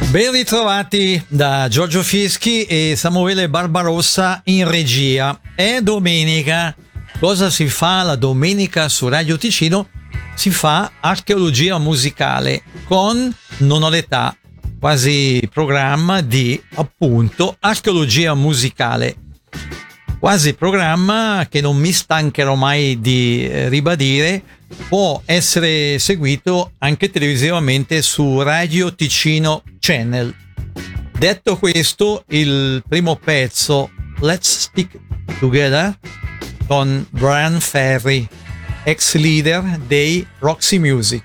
Ben ritrovati da Giorgio Fischi e Samuele Barbarossa in regia. È domenica. Cosa si fa la domenica su Radio Ticino? Si fa archeologia musicale con Non ho l'età, quasi programma di appunto archeologia musicale. Quasi programma che non mi stancherò mai di ribadire, può essere seguito anche televisivamente su Radio Ticino Channel. Detto questo, il primo pezzo, Let's Stick Together, con Bryan Ferry, ex leader dei Roxy Music.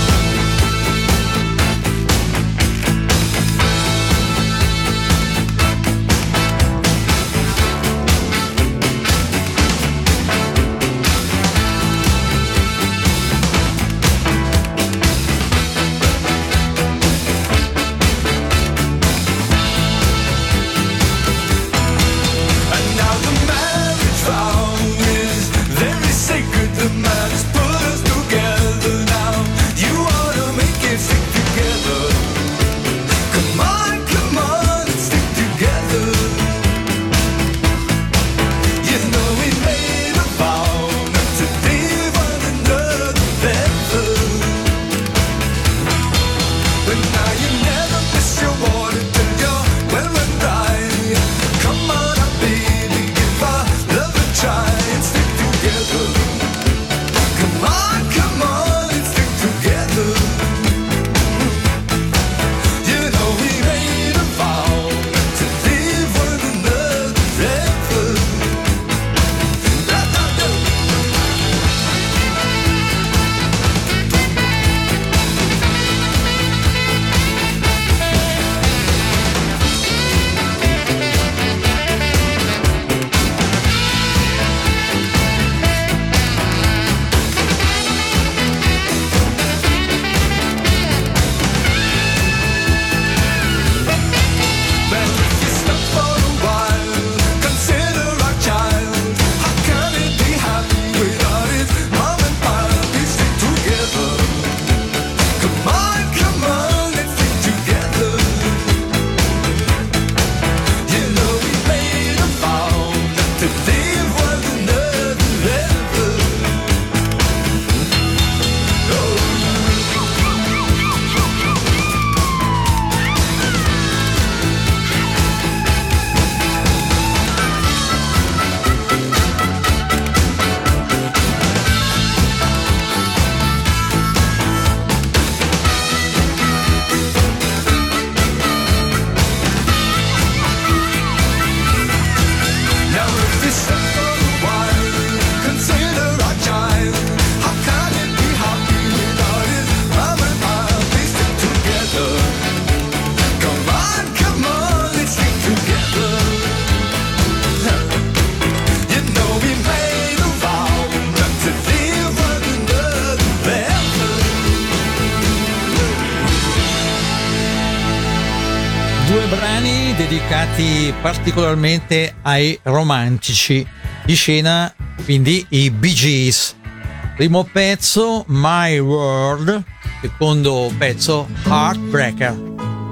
Dedicati particolarmente ai romantici di scena, quindi i Bee Gees. Primo pezzo My World, secondo pezzo Heartbreaker.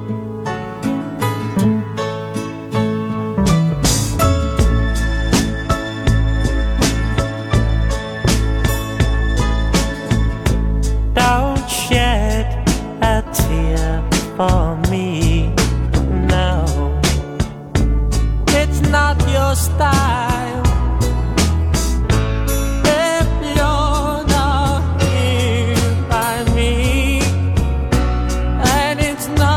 Don't shed a tear for me. Not your style. If you're not here by me, and it's not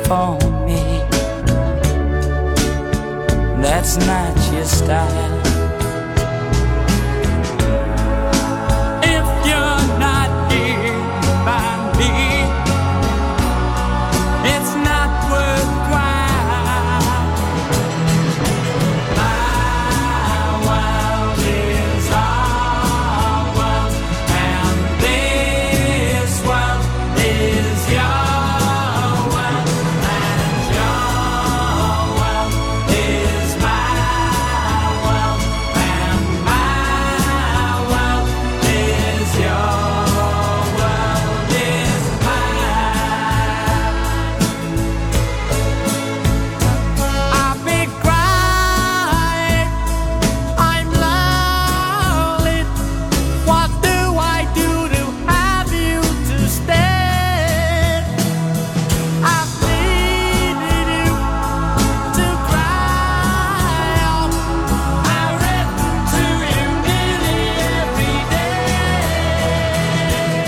for me. That's not your style. If you're not here by me, it's not worthwhile. My world is our world, and this world is your world, and your world is my world, and my world is your world is mine. I've been crying, I'm lonely. What do I do to have you to stay? I've needed you to cry on. I've written to you nearly every day.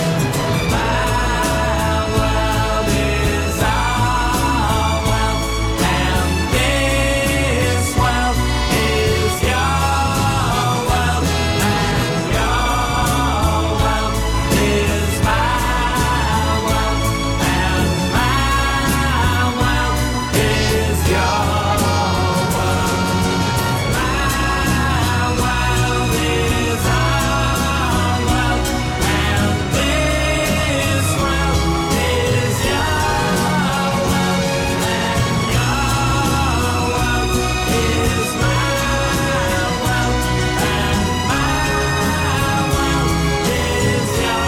My world is our world, and this world is your world, and your world is my world, and my world is your world. My world is our world, and this world is your world, and your world is my world, and my world is your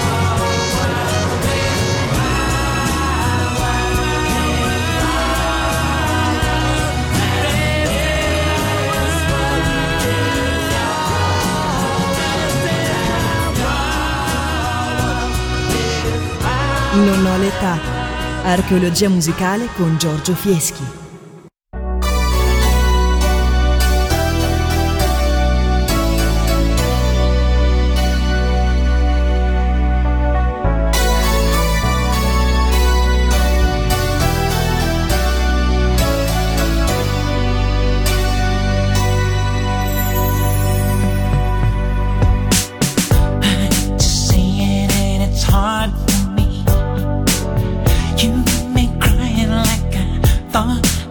Non ho l'età. Archeologia musicale con Giorgio Fieschi. See it and it's hard for me. You make me crying like I thought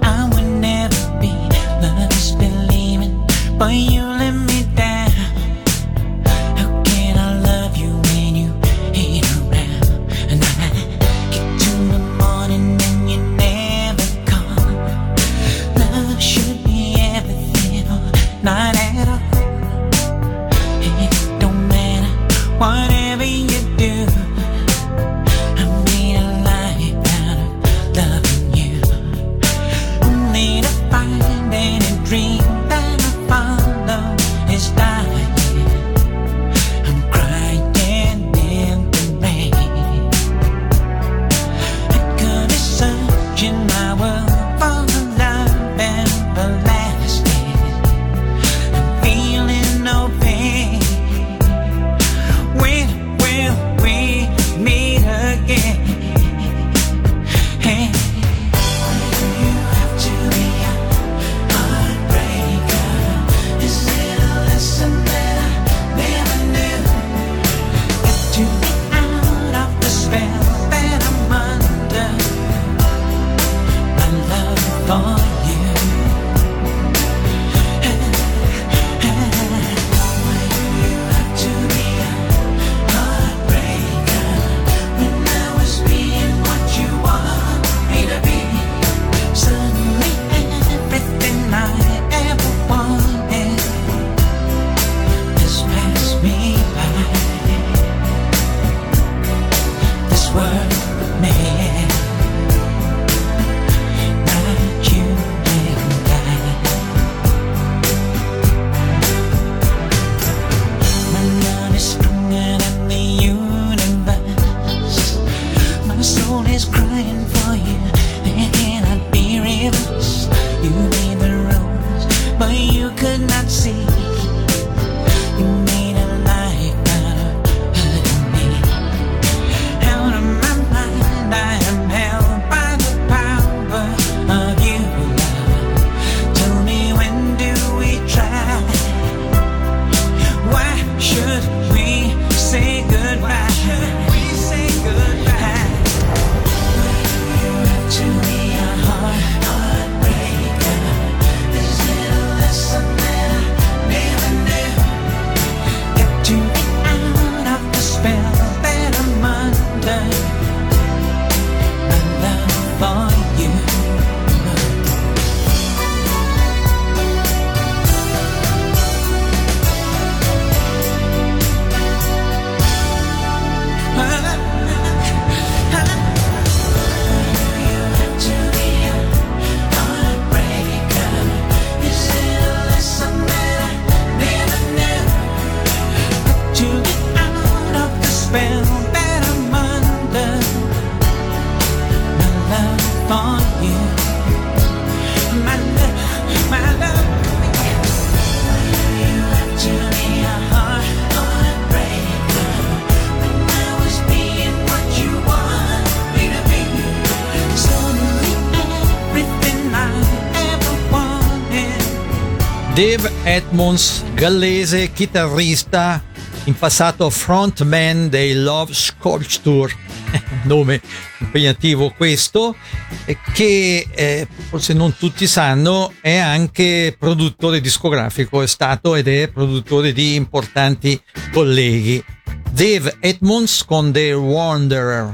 Dave Edmunds, gallese, chitarrista, in passato frontman dei Love Scorch Tour, nome impegnativo questo, che forse non tutti sanno è anche produttore discografico, è stato ed è produttore di importanti colleghi. Dave Edmunds con The Wanderer.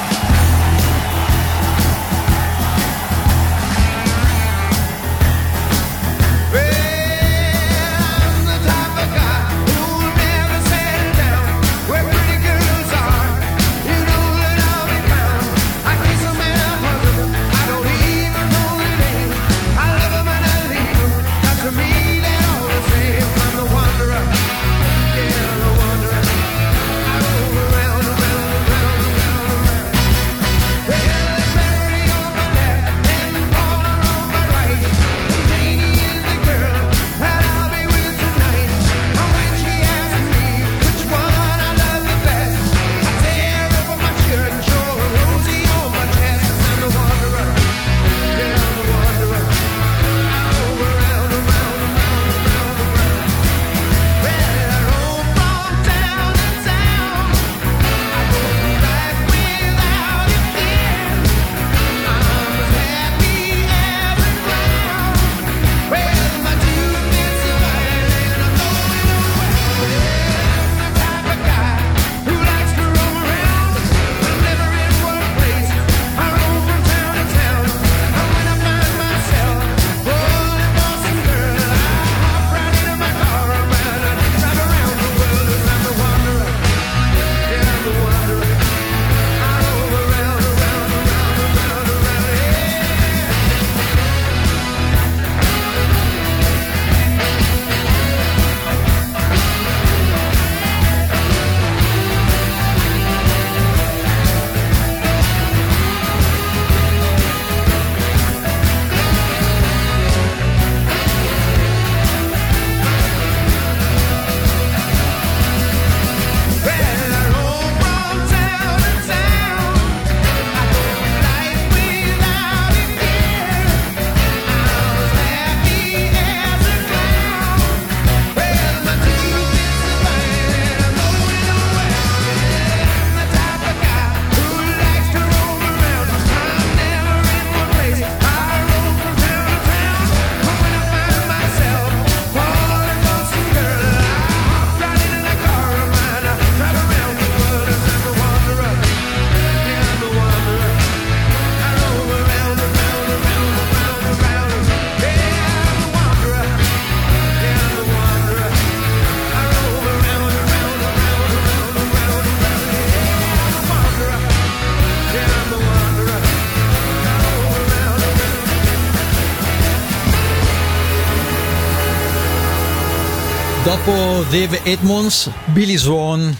Dopo Dave Edmunds, Billy Swan,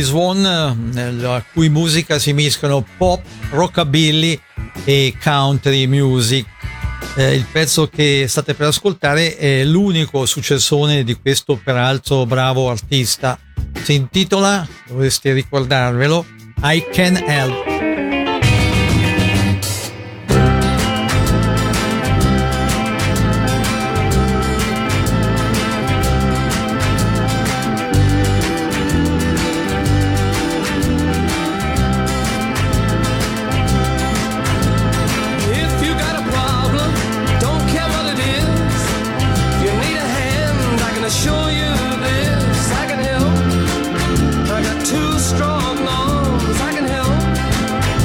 la cui musica si mischiano pop, rockabilly e country music. Il pezzo che state per ascoltare è l'unico successone di questo peraltro bravo artista. Si intitola, dovreste ricordarvelo, I Can Help. Strong arms, I can help.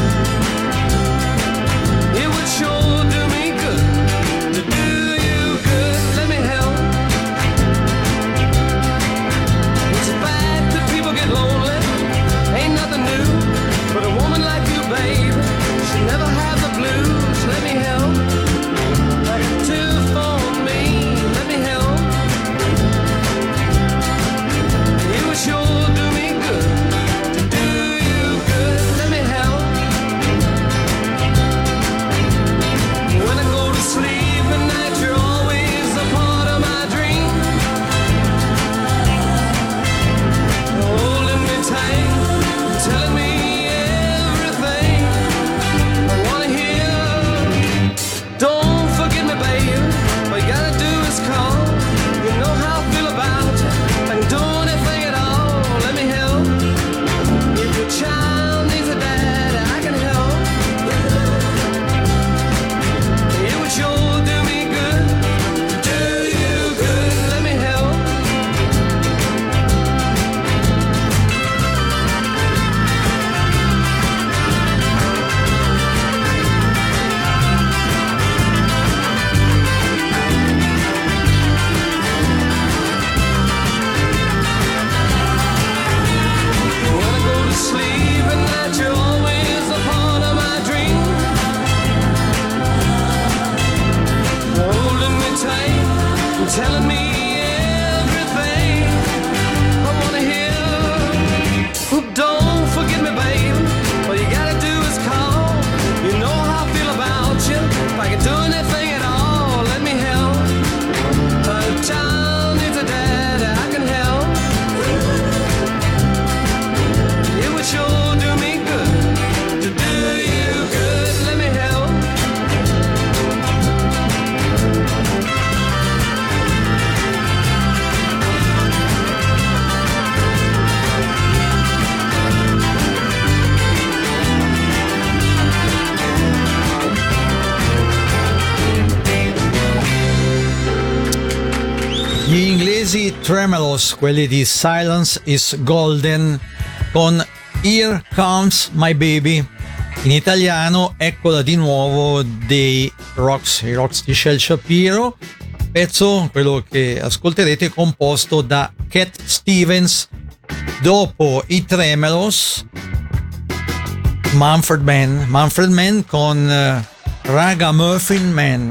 Gli inglesi Tremelos, quelli di Silence is Golden, con Here Comes My Baby. In italiano, eccola di nuovo, dei Rocks, i Rocks di Shel Shapiro, pezzo, quello che ascolterete, composto da Cat Stevens. Dopo i Tremelos, Mumford Man con Ragamuffin Man.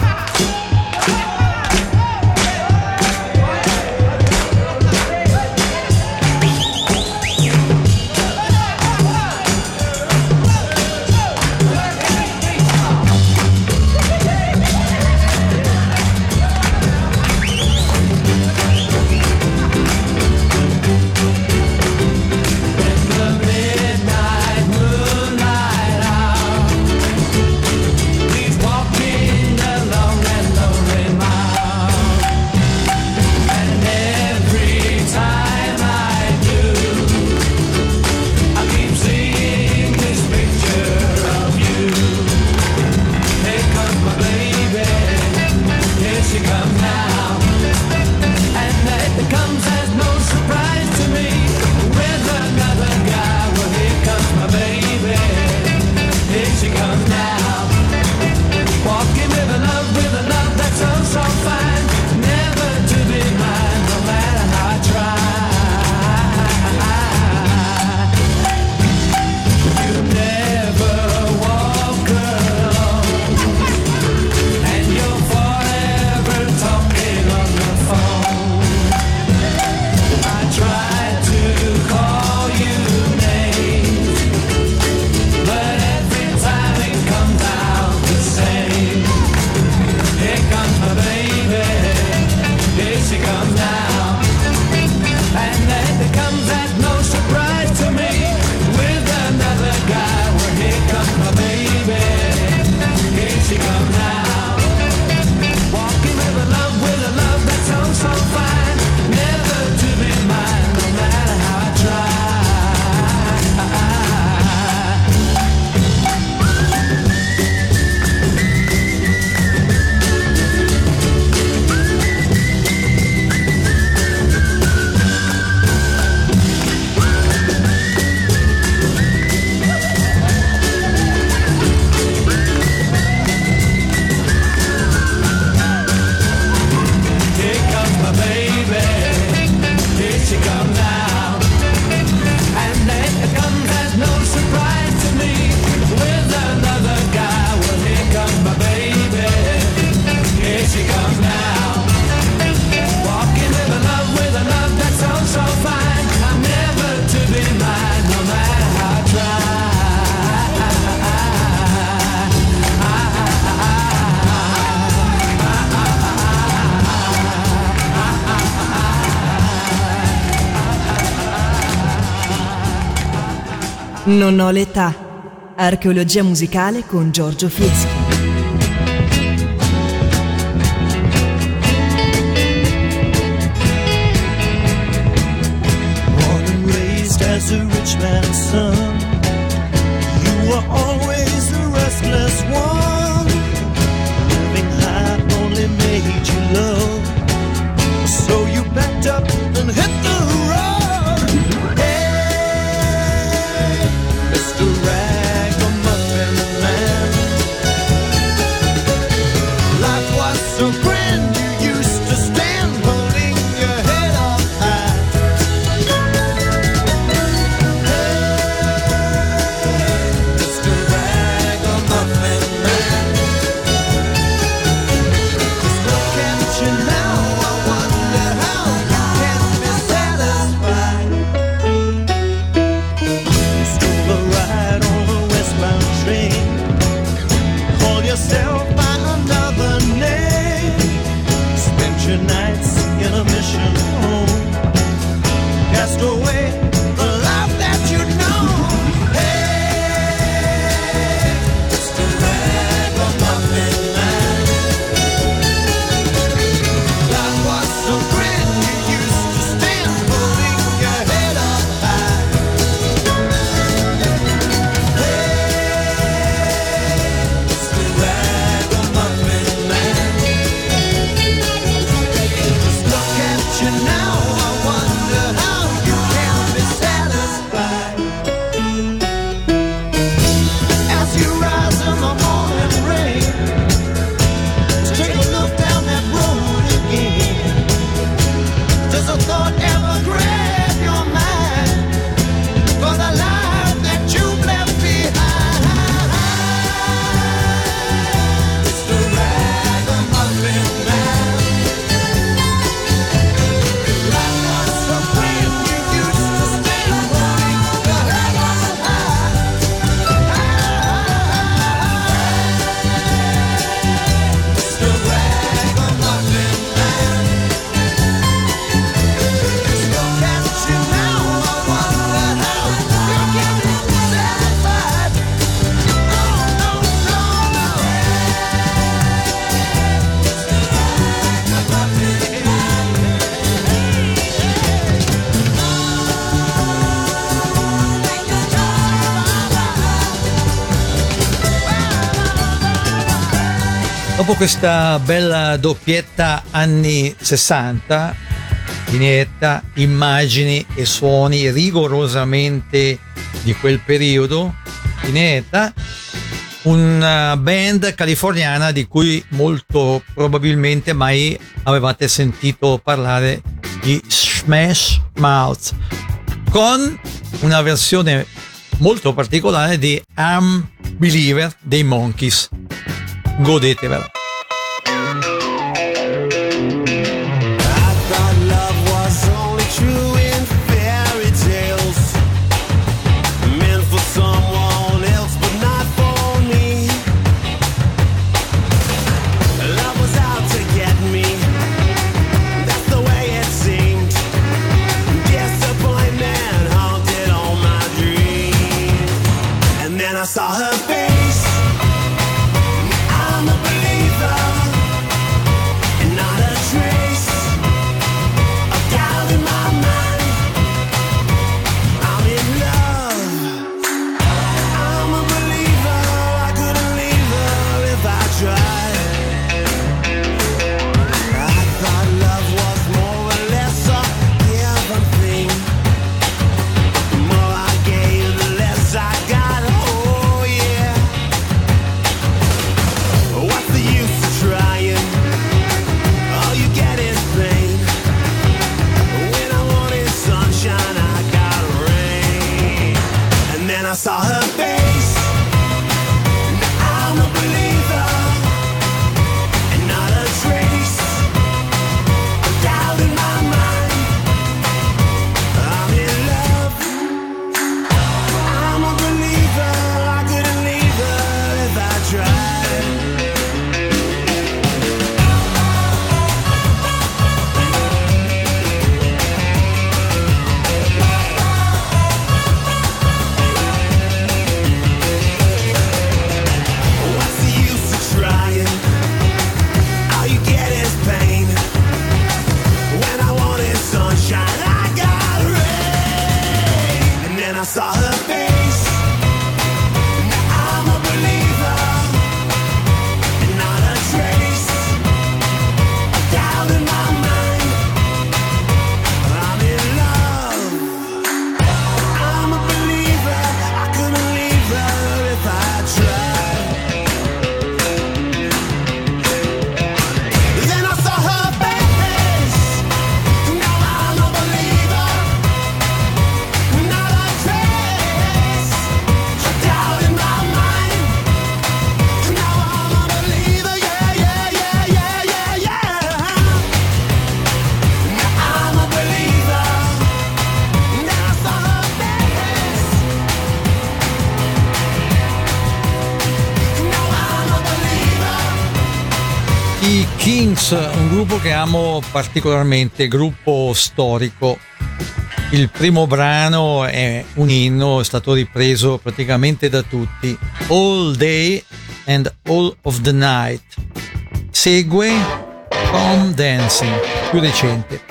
Non ho l'età. Archeologia musicale con Giorgio Fieschi. Born and raised as a rich man's son, you were always the restless one. Living high only made you low, so you backed up and hit the road. Hey, Mr. Ragamuffin Man, Dopo questa bella doppietta anni 60, vinetta, immagini e suoni rigorosamente di quel periodo, vinetta, una band californiana di cui molto probabilmente mai avevate sentito parlare, di Smash Mouth, con una versione molto particolare di I'm Believer dei Monkees. Godetevela. I saw her face. I'm a believer, and not a trace of doubt in my mind. I'm in love. I'm a believer. I couldn't leave her if I tried. I thought love was more or less a given thing. The more I gave, the less I got. I saw her face. I'm a believer, and not a trace of doubt in my mind. I'm in love. I'm a believer. I couldn't leave her if I tried. I saw her face. I'm a believer, and not a trace of doubt in my mind. I'm in love. I'm a believer. I couldn't leave her if I tried. Then I saw her face. Now I'm a believer. Not a I Kings, un gruppo che amo particolarmente, gruppo storico. Il primo brano è un inno, è stato ripreso praticamente da tutti. All Day and All of the Night. Segue Come Dancing, più recente.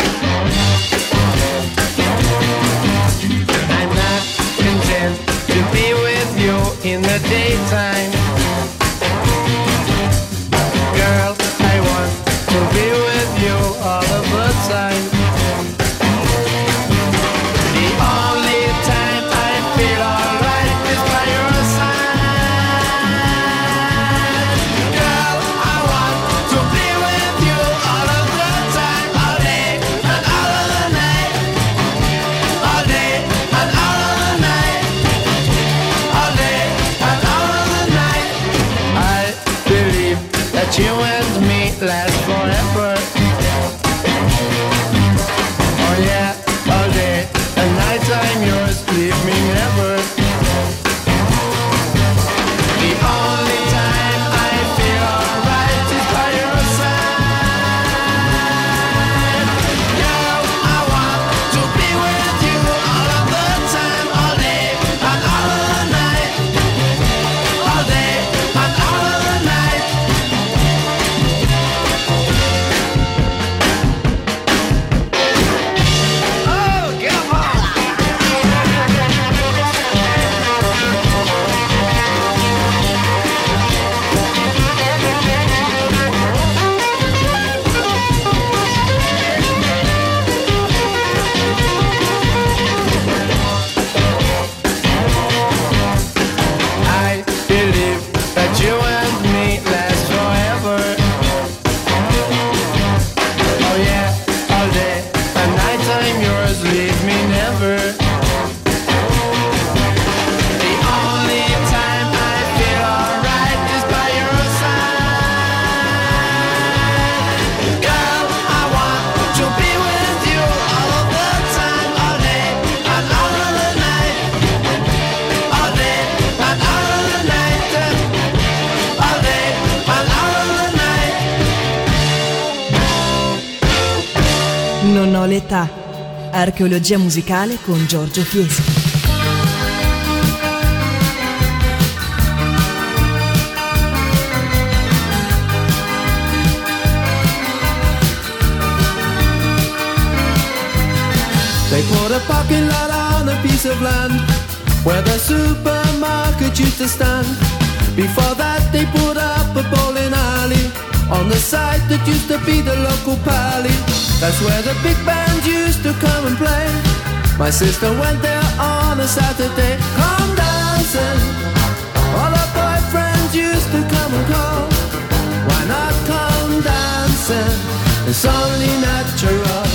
I'm not content to be with you in the daytime. Girl, I want to be with you all of the time. The only time I feel alright is by your side. Girl, I want to be with you all of the time, all day and all of the night. All day and all of the night. All day and all of the night. l'età. Archeologia musicale con Giorgio Fieschi. They put a parking lot on a piece of land where the supermarket used to stand. Before that they put up a bowling alley on the site that used to be the local pally. That's where the big band used to come and play. My sister went there on a Saturday. Come dancing, all her boyfriends used to come and call. Why not come dancing? It's only natural.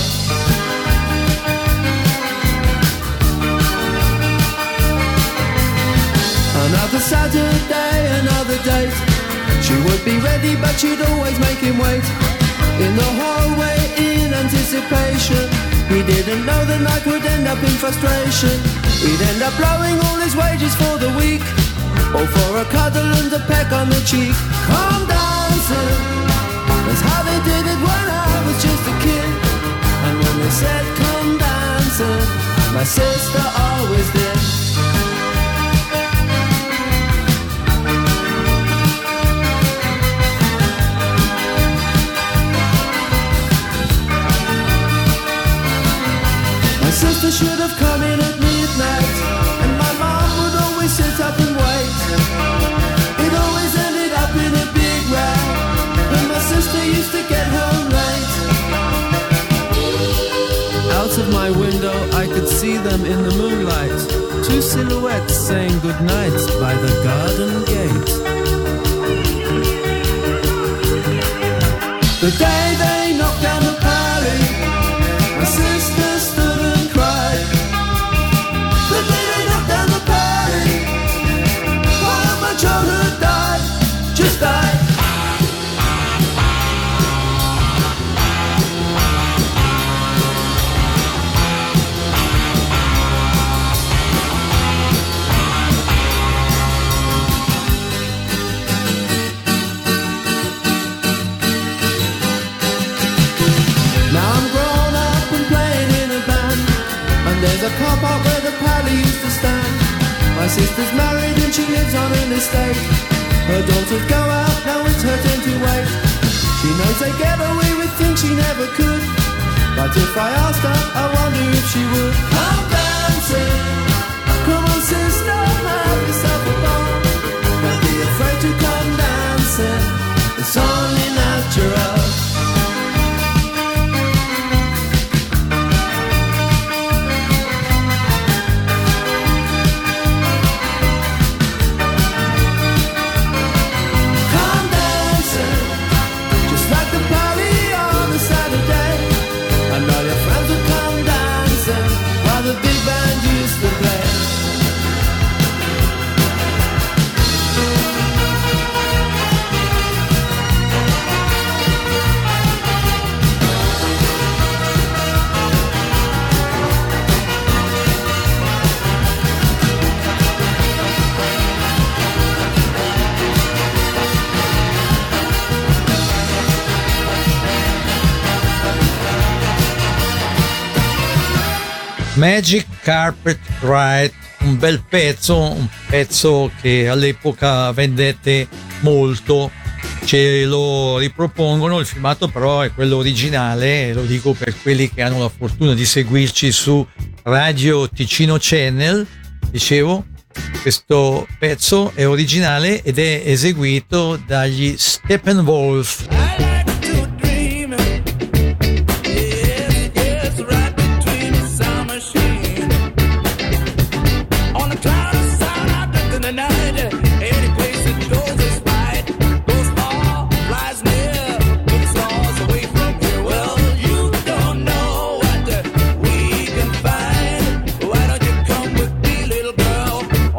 Another Saturday, another date. She would be ready, but she'd always make him wait. In the hallway, in anticipation. He didn't know the night would end up in frustration. He'd end up blowing all his wages for the week, all for a cuddle and a peck on the cheek. Come dancing, that's how they did it when I was just a kid. And when they said come dancing, my sister always did. Sister should have come in at midnight, and my mom would always sit up and wait. It always ended up in a big row, and my sister used to get home late. Out of my window I could see them in the moonlight, two silhouettes saying goodnight by the garden gate. The day they knocked down the pally, my sister stood and cried. The day they knocked down the pally, while my childhood died, just died. Now I'm grown up and playing in a band, and there's a car park where the pally used to stand. My sister's married and she lives on an estate. Her daughters go out, now it's her turn to wait. She knows they get away with things she never could, but if I asked her, I wonder if she would. Come dancing, come on sister, have yourself a ball. Don't be afraid to come dancing, it's only natural. Magic Carpet Ride, un bel pezzo, un pezzo che all'epoca vendette molto. Ce lo ripropongono, il filmato però è quello originale, lo dico per quelli che hanno la fortuna di seguirci su Radio Ticino Channel. Dicevo, questo pezzo è originale ed è eseguito dagli Steppenwolf.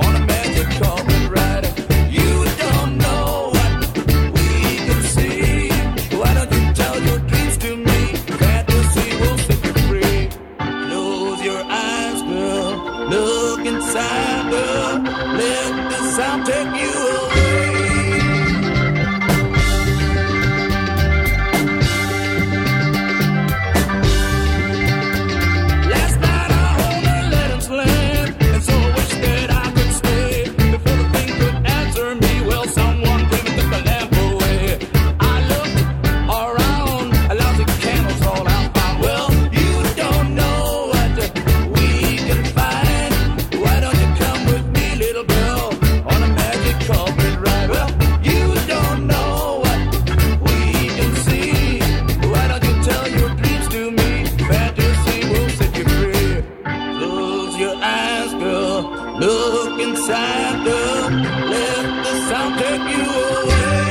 See Well, someone came and took the lamp away. I looked around, lousy candles all out. Well, you don't know what we can find. Why don't you come with me, little girl, on a magic carpet ride? Well, you don't know what we can see. Why don't you tell your dreams to me? Fantasy will set you free. Close your eyes, girl. Look inside, girl. Let the sound take you away.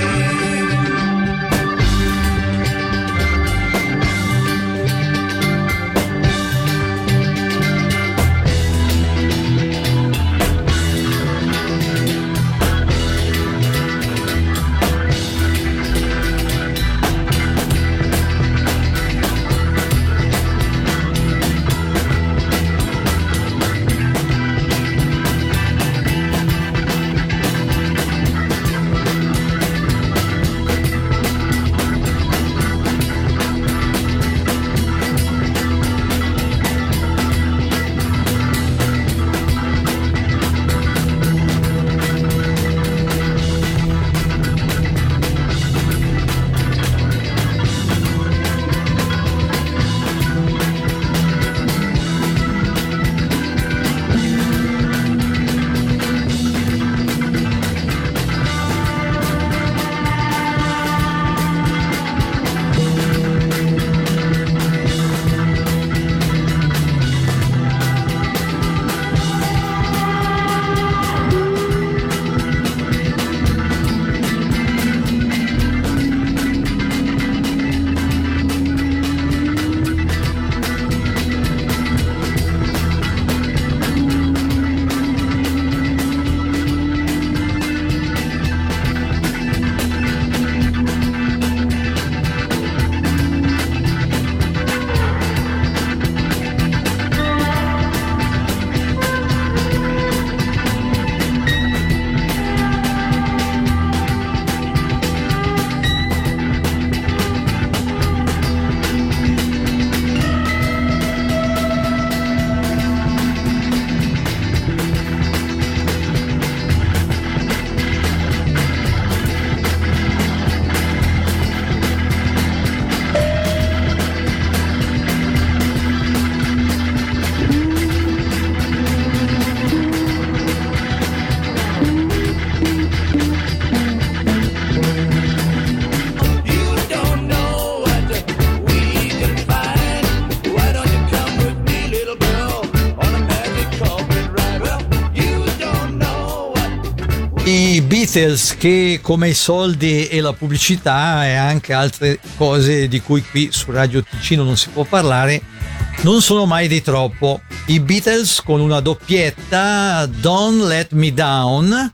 I Beatles, che come i soldi e la pubblicità e anche altre cose di cui qui su Radio Ticino non si può parlare, non sono mai di troppo. I Beatles con una doppietta, Don't Let Me Down,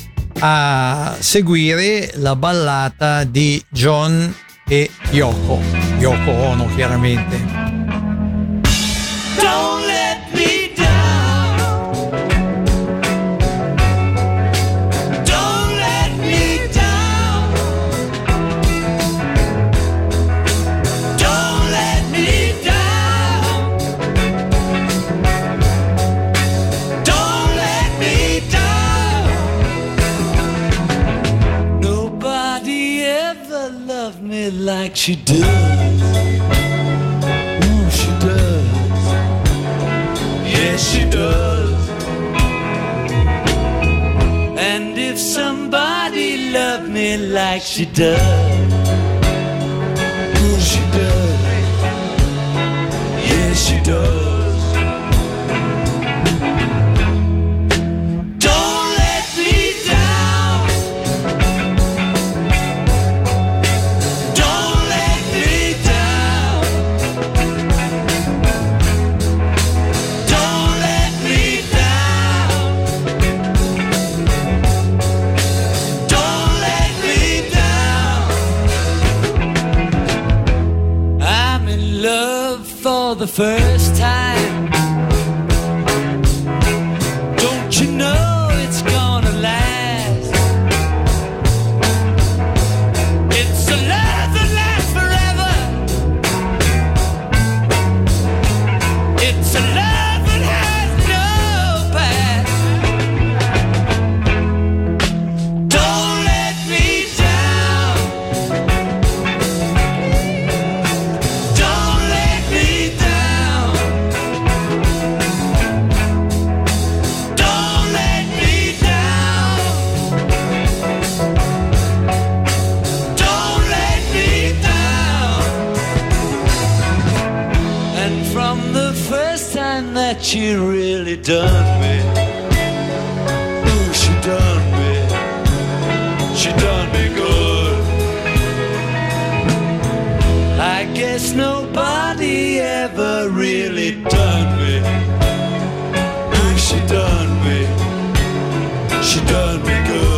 a seguire la ballata di John e Yoko Ono, chiaramente. Don't let me down. Don't let me down. Don't let me down. Don't let me down. Nobody ever loved me like she does. Oh, she does. Yes, she does. And if somebody loved me like she does, oh, she does. Yes, she does. Don't let me down. Don't let me down. Don't let me down. Don't let me down. I'm in love for the first time. Don't you know it's gonna last? It's a love that lasts forever. It's a love that has no past. Don't she really done me. Ooh, she done me. She done me good. I guess nobody ever really done me. Ooh, she done me. She done me good.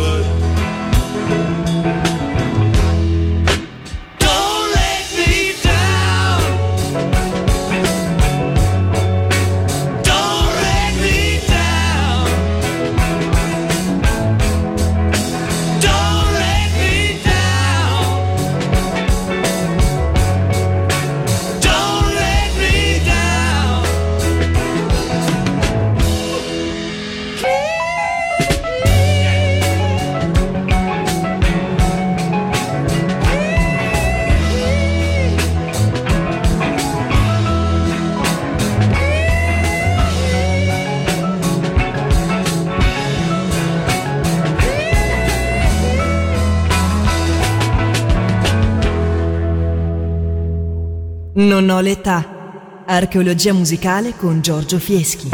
Non ho l'età. Archeologia musicale con Giorgio Fieschi.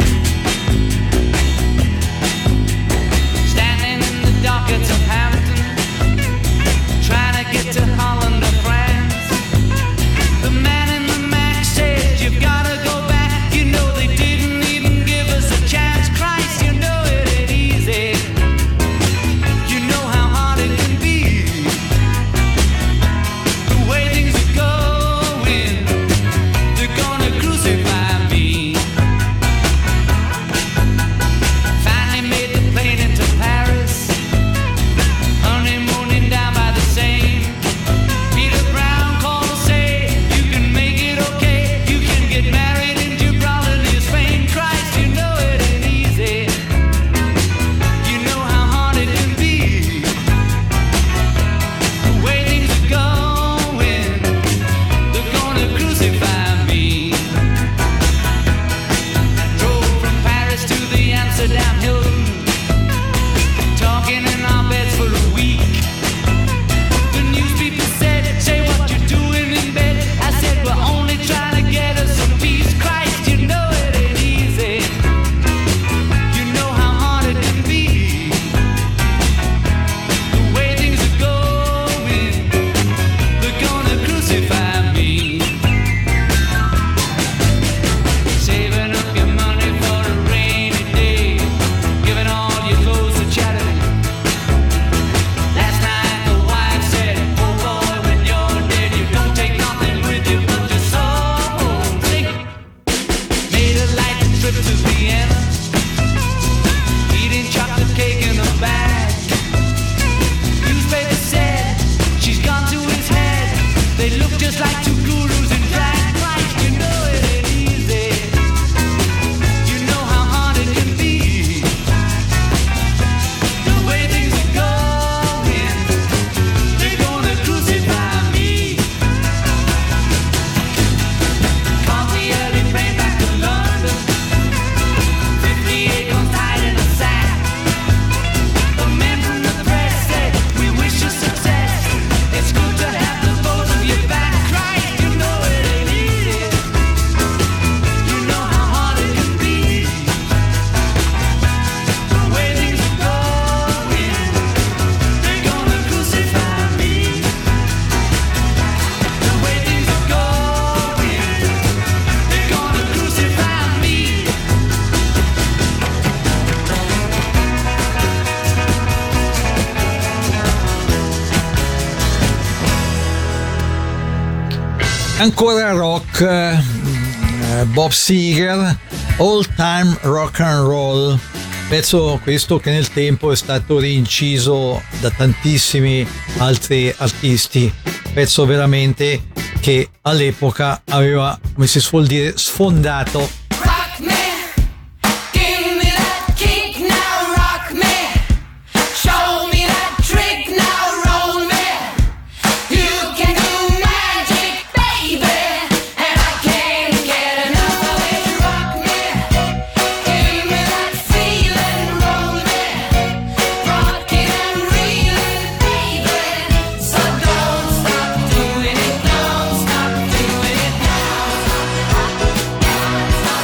Standing in the dockets of Hampton, trying to get to Holland or France. The man in the Mac said, you've gotta go back. You know they didn't even give us a chance. Christ, you know it ain't easy. You know how hard it can be. The way things are going, they're gonna crucify me. Finally made the plane into Paris, honeymooning down by the Seine. Peter Brown called to say, you can make it okay. You can get married in Gibraltar near Spain. Christ, you know it ain't easy. You know how hard it can be. The way things are going, they're gonna crucify me. Drove from Paris to the Amsterdam Hilton, talking in our beds for a week. The news people said, say what you're doing in bed. I said, we're only trying to get us some peace. Christ, you know it ain't easy. You know how hard it can be. The way things are going, they're gonna crucify me. Saving up your money for a rainy day, giving all your clothes to charity. Last night the wife said, oh boy, when you're dead, you don't take nothing with you but your soul. Sing. Made a light trip to Vienna, eating chocolate cake in a bag. Newspaper said, she's gone to his head. They look just like two gurus in drag. Christ, you know it ain't easy. You know how hard it can be. The way things are going, they're gonna crucify me. Caught the early train back to London, 58 guns tied in a sack. The men from the press said, we wish you success. It's good to have the both of you back. Christ, you know it ain't easy. You know how hard it can be. The way things are going, they're gonna crucify me. The way things are going, they're gonna crucify me. Ancora rock, Bob Seger, All Time Rock and Roll, pezzo questo che nel tempo è stato rinciso da tantissimi altri artisti, pezzo veramente che all'epoca aveva, come si suol dire, sfondato. Rock me, give me that kick now, rock me. Show me that trick now, roll me. You can do magic, baby, and I can't get enough of it. Rock me, give me that feeling, roll me. Rockin' and reelin', baby, so don't stop doing it, don't stop doing it now.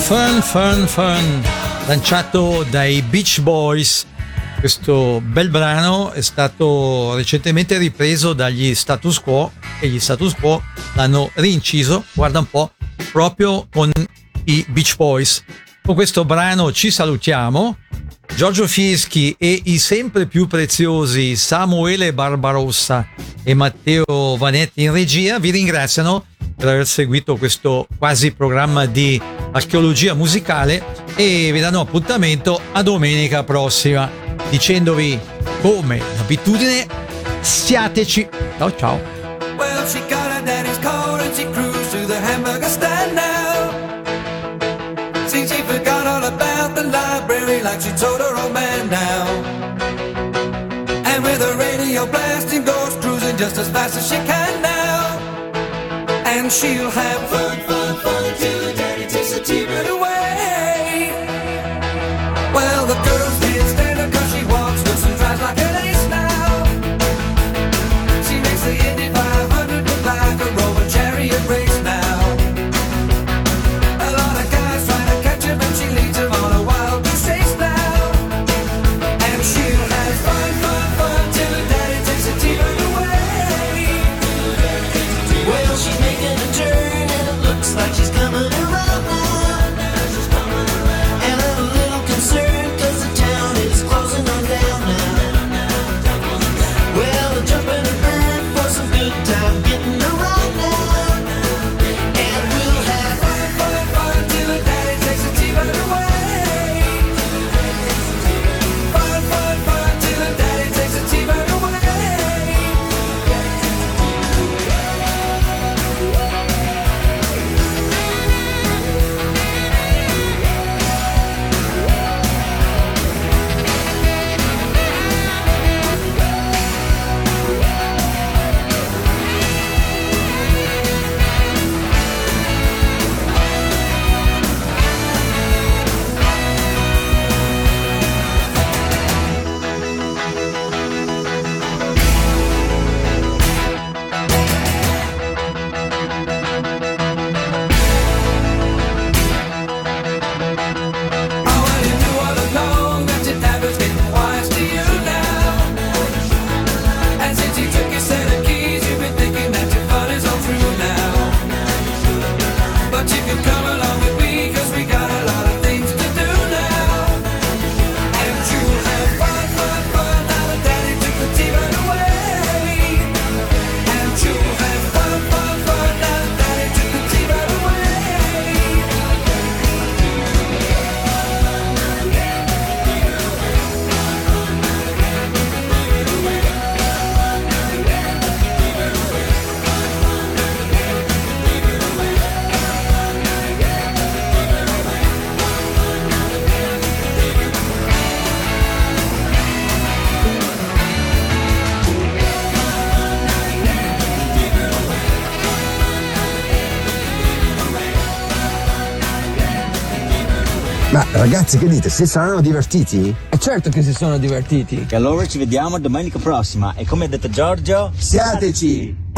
Fun Fun Fun, lanciato dai Beach Boys. Questo bel brano è stato recentemente ripreso dagli Status Quo e gli Status Quo l'hanno rinciso, guarda un po', proprio con i Beach Boys. Con questo brano ci salutiamo. Giorgio Fieschi e i sempre più preziosi Samuele Barbarossa e Matteo Vanetti in regia vi ringraziano per aver seguito questo quasi programma di archeologia musicale e vi danno appuntamento a domenica prossima, dicendovi come d'abitudine, siateci. Ciao ciao. Well, she got her daddy's coat and she cruised to the hamburger stand now. See, she forgot all about the library like she told her old man now. And with her radio blasting, goes cruising just as fast as she can now. And she'll have fun, fun, fun till her daddy takes the T-bird away. Well, the girls can't stand her 'cause she walks, looks and drives like an ace now. She makes the Indy 500 look like a Roman chariot race now. A lot of guys trying to catch her, but she leads them on a wild goose chase now. And she'll have fun, fun, fun till her daddy takes the T-bird away. Well, she's making a turn and it looks like she's coming around now. And I'm a little concerned 'cause the town is closing on down now. Well, I'm jumping a bird for some good time getting around now. And we'll have fun, fun, fun till the daddy takes the T-bird away. Fun, fun, fun till the daddy takes the T-bird away. Ma ragazzi, che dite? Si saranno divertiti? È certo che si sono divertiti. E allora ci vediamo domenica prossima e come ha detto Giorgio, Siateci!